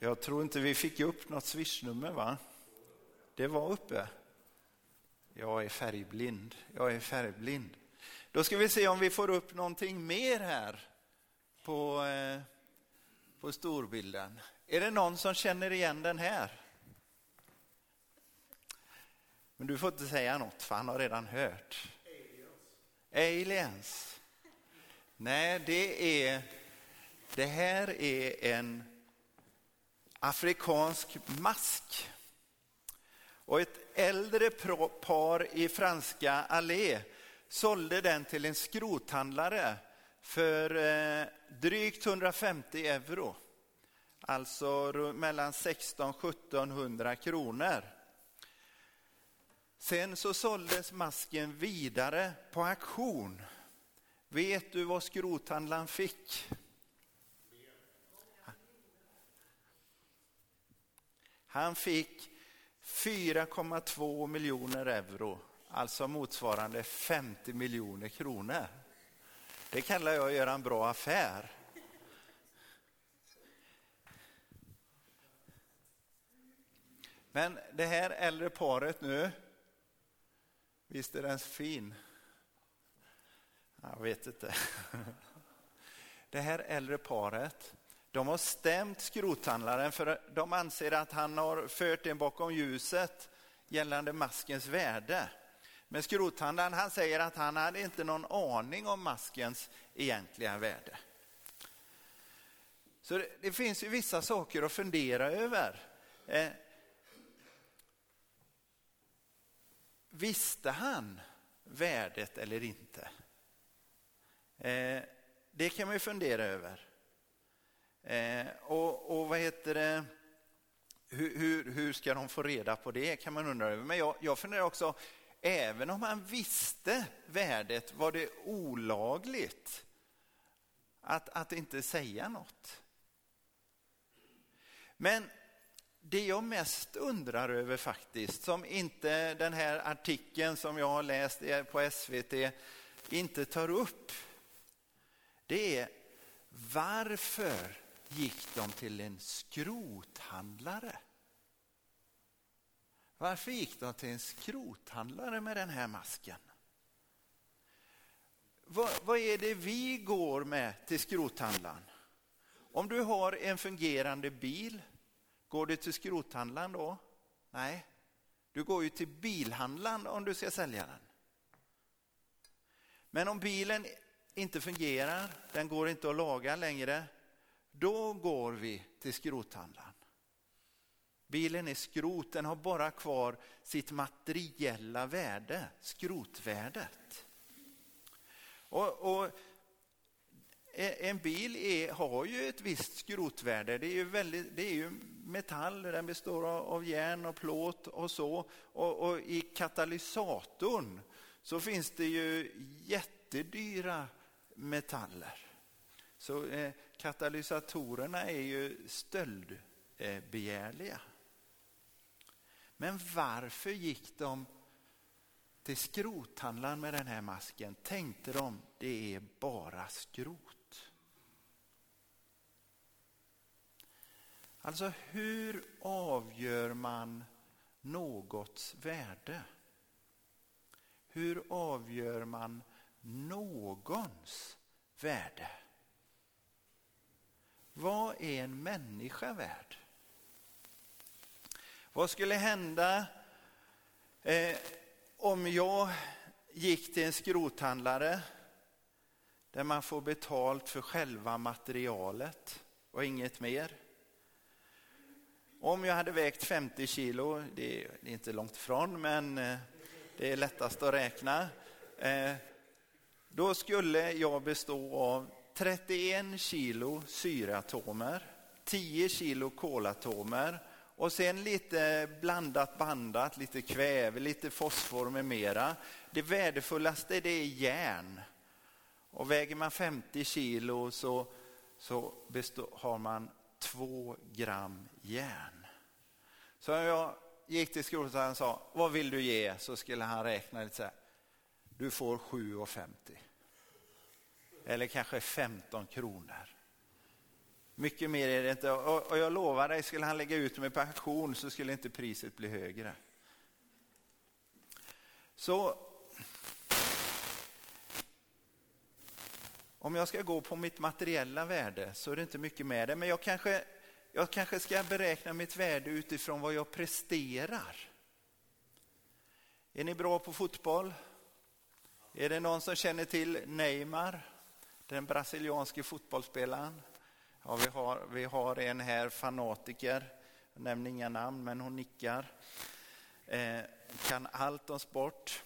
Jag tror inte vi fick upp något swishnummer, va? Det var uppe. Jag är färgblind. Då ska vi se om vi får upp någonting mer här på storbilden. Är det någon som känner igen den här? Men du får inte säga något, för han har redan hört. Aliens. Nej, det här är en afrikansk mask. Och ett äldre par i franska Allé sålde den till en skrothandlare för drygt 150 euro. Alltså mellan 1600-1700 kronor. Sen så såldes masken vidare på auktion. Vet du vad skrothandlaren fick? Han fick 4,2 miljoner euro, alltså motsvarande 50 miljoner kronor. Det kallar jag göra en bra affär. Men det här äldre paret nu, visst är den fin? Jag vet inte. Det här äldre paret, de har stämt skrothandlaren för de anser att han har fört en bakom ljuset gällande maskens värde. Men skrothandlaren, han säger att han hade inte någon aning om maskens egentliga värde. Så det finns ju vissa saker att fundera över. Visste han värdet eller inte? Det kan man ju fundera över. Och vad heter det? Hur ska de få reda på det, kan man undra över. Men jag funderar också, även om han visste värdet, var det olagligt att inte säga något? Men det jag mest undrar över faktiskt, som inte den här artikeln som jag har läst på SVT inte tar upp, det är: varför gick de till en skrothandlare? Varför gick de till en skrothandlare med den här masken? Vad är det vi går med till skrothandlaren? Om du har en fungerande bil, går du till skrothandlaren då? Nej, du går ju till bilhandlaren om du ska sälja den. Men om bilen inte fungerar, den går inte att laga längre, då går vi till skrothandlaren. Bilen är skrot, den har bara kvar sitt materiella värde, skrotvärdet. Och en bil har ju ett visst skrotvärde. Det är ju metall, den består av järn och plåt och så. Och i katalysatorn så finns det ju jättedyra metaller. Så katalysatorerna är ju stöldbegärliga. Men varför gick de till skrothandlaren med den här masken? Tänkte de, det är bara skrot. Alltså, hur avgör man någots värde? Hur avgör man någons värde? Vad är en människa värd? Vad skulle hända om jag gick till en skrothandlare där man får betalt för själva materialet och inget mer? Om jag hade vägt 50 kilo, det är inte långt ifrån, men det är lättast att räkna. Då skulle jag bestå av 31 kilo syreatomer, 10 kilo kolatomer och sen lite bandat, lite kväve, lite fosfor med mera. Det värdefullaste, det är järn. Och väger man 50 kilo så har man 2 gram järn. Så jag gick till skrothandlaren och sa, vad vill du ge? Så skulle han räkna lite så här. Du får 7,50. Eller kanske 15 kronor. Mycket mer är det inte. Och jag lovar dig, skulle han lägga ut mig på auktion så skulle inte priset bli högre. Så om jag ska gå på mitt materiella värde så är det inte mycket med det. Men jag kanske ska beräkna mitt värde utifrån vad jag presterar. Är ni bra på fotboll? Är det någon som känner till Neymar, den brasilianske fotbollsspelaren? Ja, vi har en här fanatiker, jag nämner inga namn men hon nickar. Kan allt om sport.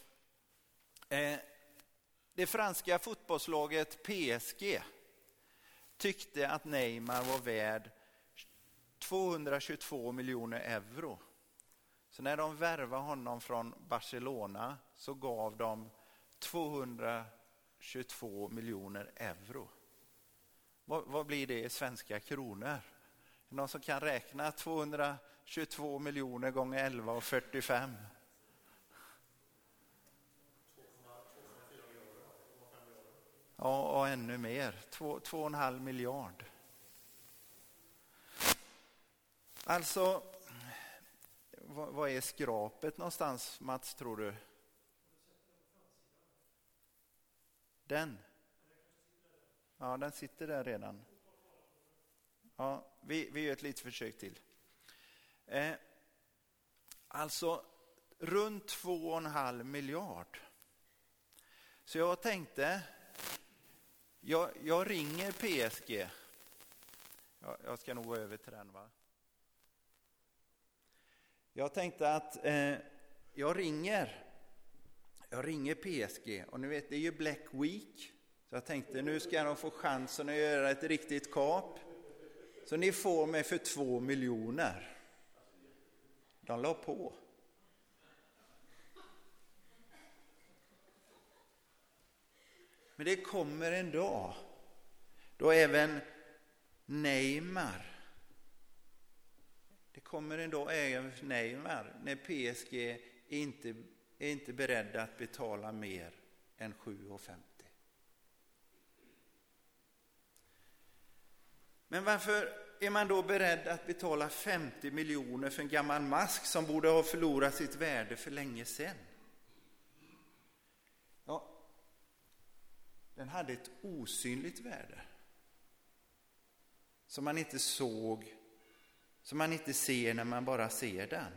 Det franska fotbollslaget PSG tyckte att Neymar var värd 222 miljoner euro. Så när de värvade honom från Barcelona så gav de 222 miljoner euro. Vad blir det i svenska kronor? Någon som kan räkna 222 miljoner gånger 11 och 45? Ja, och ännu mer. 2,5 miljard. Alltså, vad är skrapet någonstans, Mats, tror du? Den? Ja, den sitter där redan. Ja, vi gör ett litet försök till. Alltså, runt 2,5 miljard. Så jag tänkte, jag ringer PSG. Jag ska nog gå över till den, va? Jag tänkte att jag ringer PSG. Och ni vet, det är ju Black Week. Så jag tänkte, nu ska de få chansen att göra ett riktigt kap. Så ni får mig för 2 miljoner. De la på. Men det kommer en dag då även Neymar, när PSG är inte beredda att betala mer än 7,50. Men varför är man då beredd att betala 50 miljoner för en gammal mask som borde ha förlorat sitt värde för länge sedan? Ja, den hade ett osynligt värde som man inte såg, som man inte ser när man bara ser den.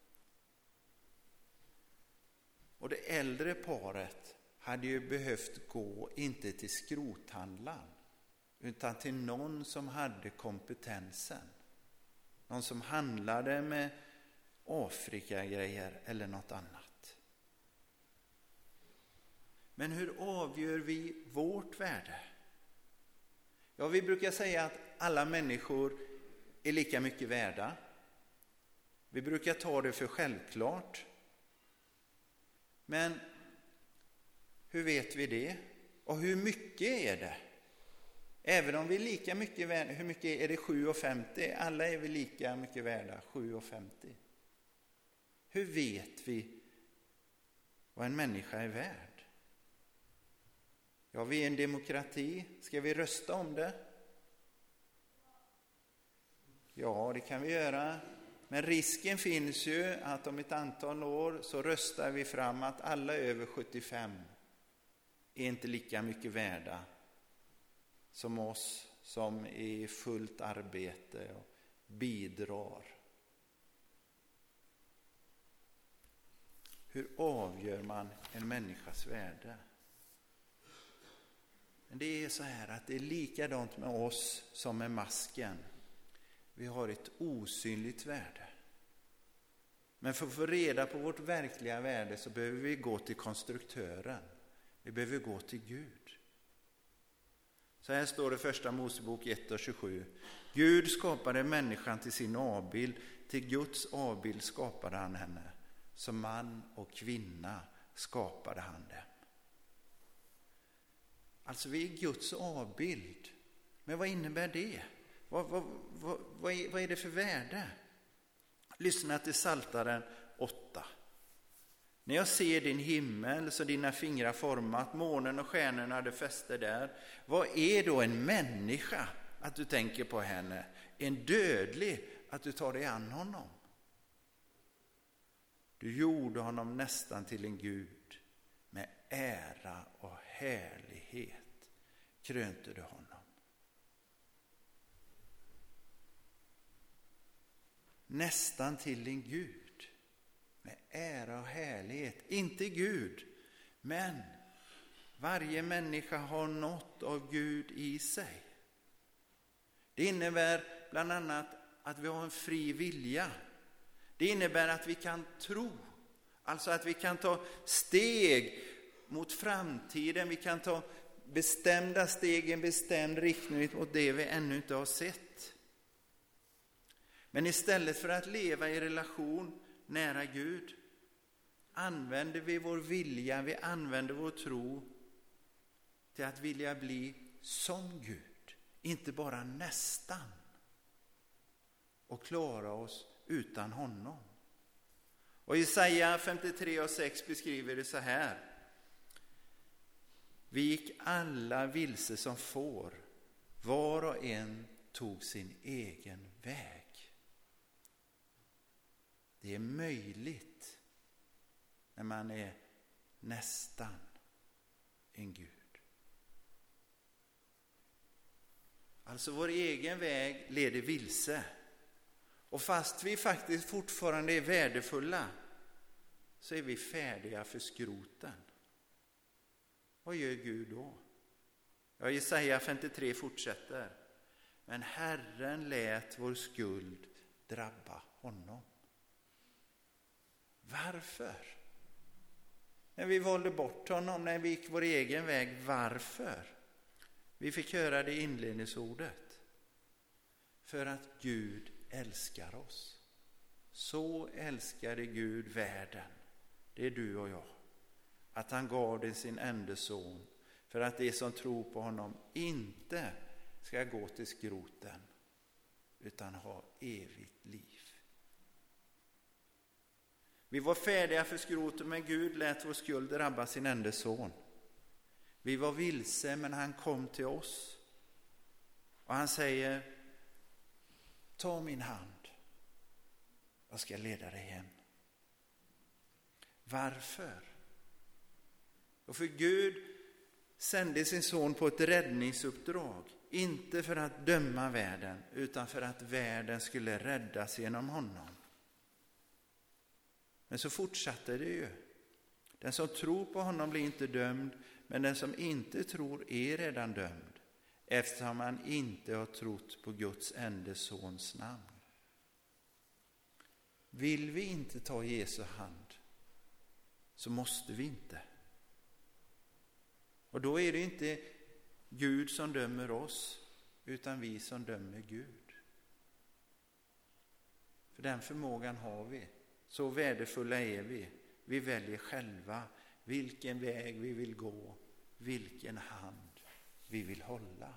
Och det äldre paret hade ju behövt gå inte till skrothandlaren utan till någon som hade kompetensen. Någon som handlade med Afrika-grejer eller något annat. Men hur avgör vi vårt värde? Ja, vi brukar säga att alla människor är lika mycket värda. Vi brukar ta det för självklart. Men hur vet vi det? Och hur mycket är det? Även om vi är lika mycket värda, hur mycket är det? 7,50? Alla är vi lika mycket värda, 7,50. Hur vet vi vad en människa är värd? Ja, vi är en demokrati. Ska vi rösta om det? Ja, det kan vi göra. Men risken finns ju att om ett antal år så röstar vi fram att alla över 75 är inte lika mycket värda som oss som är i fullt arbete och bidrar. Hur avgör man en människas värde? Men det är så här att det är likadant med oss som med masken. Vi har ett osynligt värde. Men för att få reda på vårt verkliga värde så behöver vi gå till konstruktören. Vi behöver gå till Gud. Så här står det första Mosebok 1:27. Gud skapade människan till sin avbild. Till Guds avbild skapade han henne. Som man och kvinna skapade han dem. Alltså vi är Guds avbild. Men vad innebär det? Vad är det för värde? Lyssna till Psaltaren 8. När jag ser din himmel så dina fingrar format, månen och stjärnorna hade fäste där. Vad är då en människa att du tänker på henne. En dödlig att du tar dig an honom. Du gjorde honom nästan till en Gud. Med ära och härlighet krönte du honom. Nästan till en Gud. Med ära och härlighet. Inte Gud, men varje människa har något av Gud i sig. Det innebär bland annat att vi har en fri vilja. Det innebär att vi kan tro. Alltså att vi kan ta steg mot framtiden. Vi kan ta bestämda steg i en bestämd riktning mot det vi ännu inte har sett. Men istället för att leva i relation nära Gud använder vi vår vilja, vi använder vår tro till att vilja bli som Gud. Inte bara nästan. Och klara oss utan honom. Och Jesaja 53:6 beskriver det så här. Vi gick alla vilse som får. Var och en tog sin egen väg. Det är möjligt när man är nästan en Gud. Alltså vår egen väg leder vilse. Och fast vi faktiskt fortfarande är värdefulla så är vi färdiga för skroten. Vad gör Gud då? Ja, Jesaja 53 fortsätter. Men Herren lät vår skuld drabba honom. Varför? När vi valde bort honom, när vi gick vår egen väg, varför? Vi fick höra det inledningsordet. För att Gud älskar oss. Så älskade Gud världen. Det är du och jag. Att han gav det sin enda son. För att det som tror på honom inte ska gå till skroten. Utan ha evigt liv. Vi var färdiga för skroten, men Gud lät vår skuld drabba sin enda son. Vi var vilse, men han kom till oss. Och han säger, ta min hand. Jag ska leda dig hem. Varför? Och för Gud sände sin son på ett räddningsuppdrag. Inte för att döma världen, utan för att världen skulle räddas genom honom. Men så fortsatte det ju. Den som tror på honom blir inte dömd, men den som inte tror är redan dömd, eftersom han inte har trott på Guds enda sons namn. Vill vi inte ta Jesu hand, så måste vi inte. Och då är det inte Gud som dömer oss, utan vi som dömer Gud. För den förmågan har vi. Så värdefulla är vi. Vi väljer själva vilken väg vi vill gå, vilken hand vi vill hålla.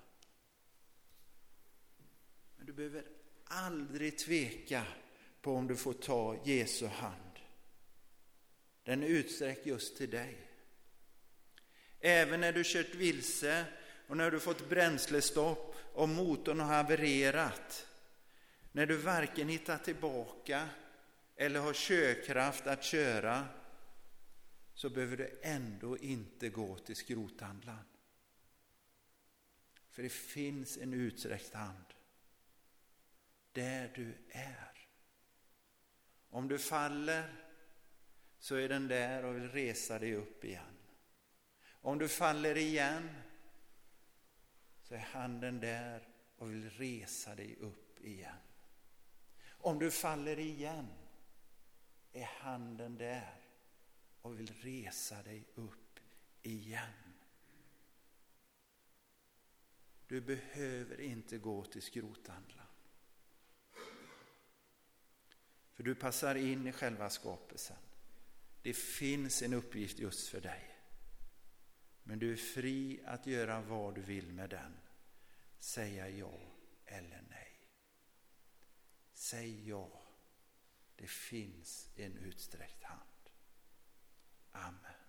Men du behöver aldrig tveka på om du får ta Jesu hand. Den är utsträckt just till dig. Även när du kört vilse och när du fått bränslestopp och motorn har havererat, när du varken hittar tillbaka eller har körkraft att köra, så behöver du ändå inte gå till skrothandlaren. För det finns en utsträckt hand där du är. Om du faller så är den där och vill resa dig upp igen. Om du faller igen så är handen där och vill resa dig upp igen. Om du faller igen är handen där och vill resa dig upp igen. Du behöver inte gå till skrothandlaren. För du passar in i själva skapelsen. Det finns en uppgift just för dig. Men du är fri att göra vad du vill med den. Säga ja eller nej. Säg ja. Det finns en utsträckt hand. Amen.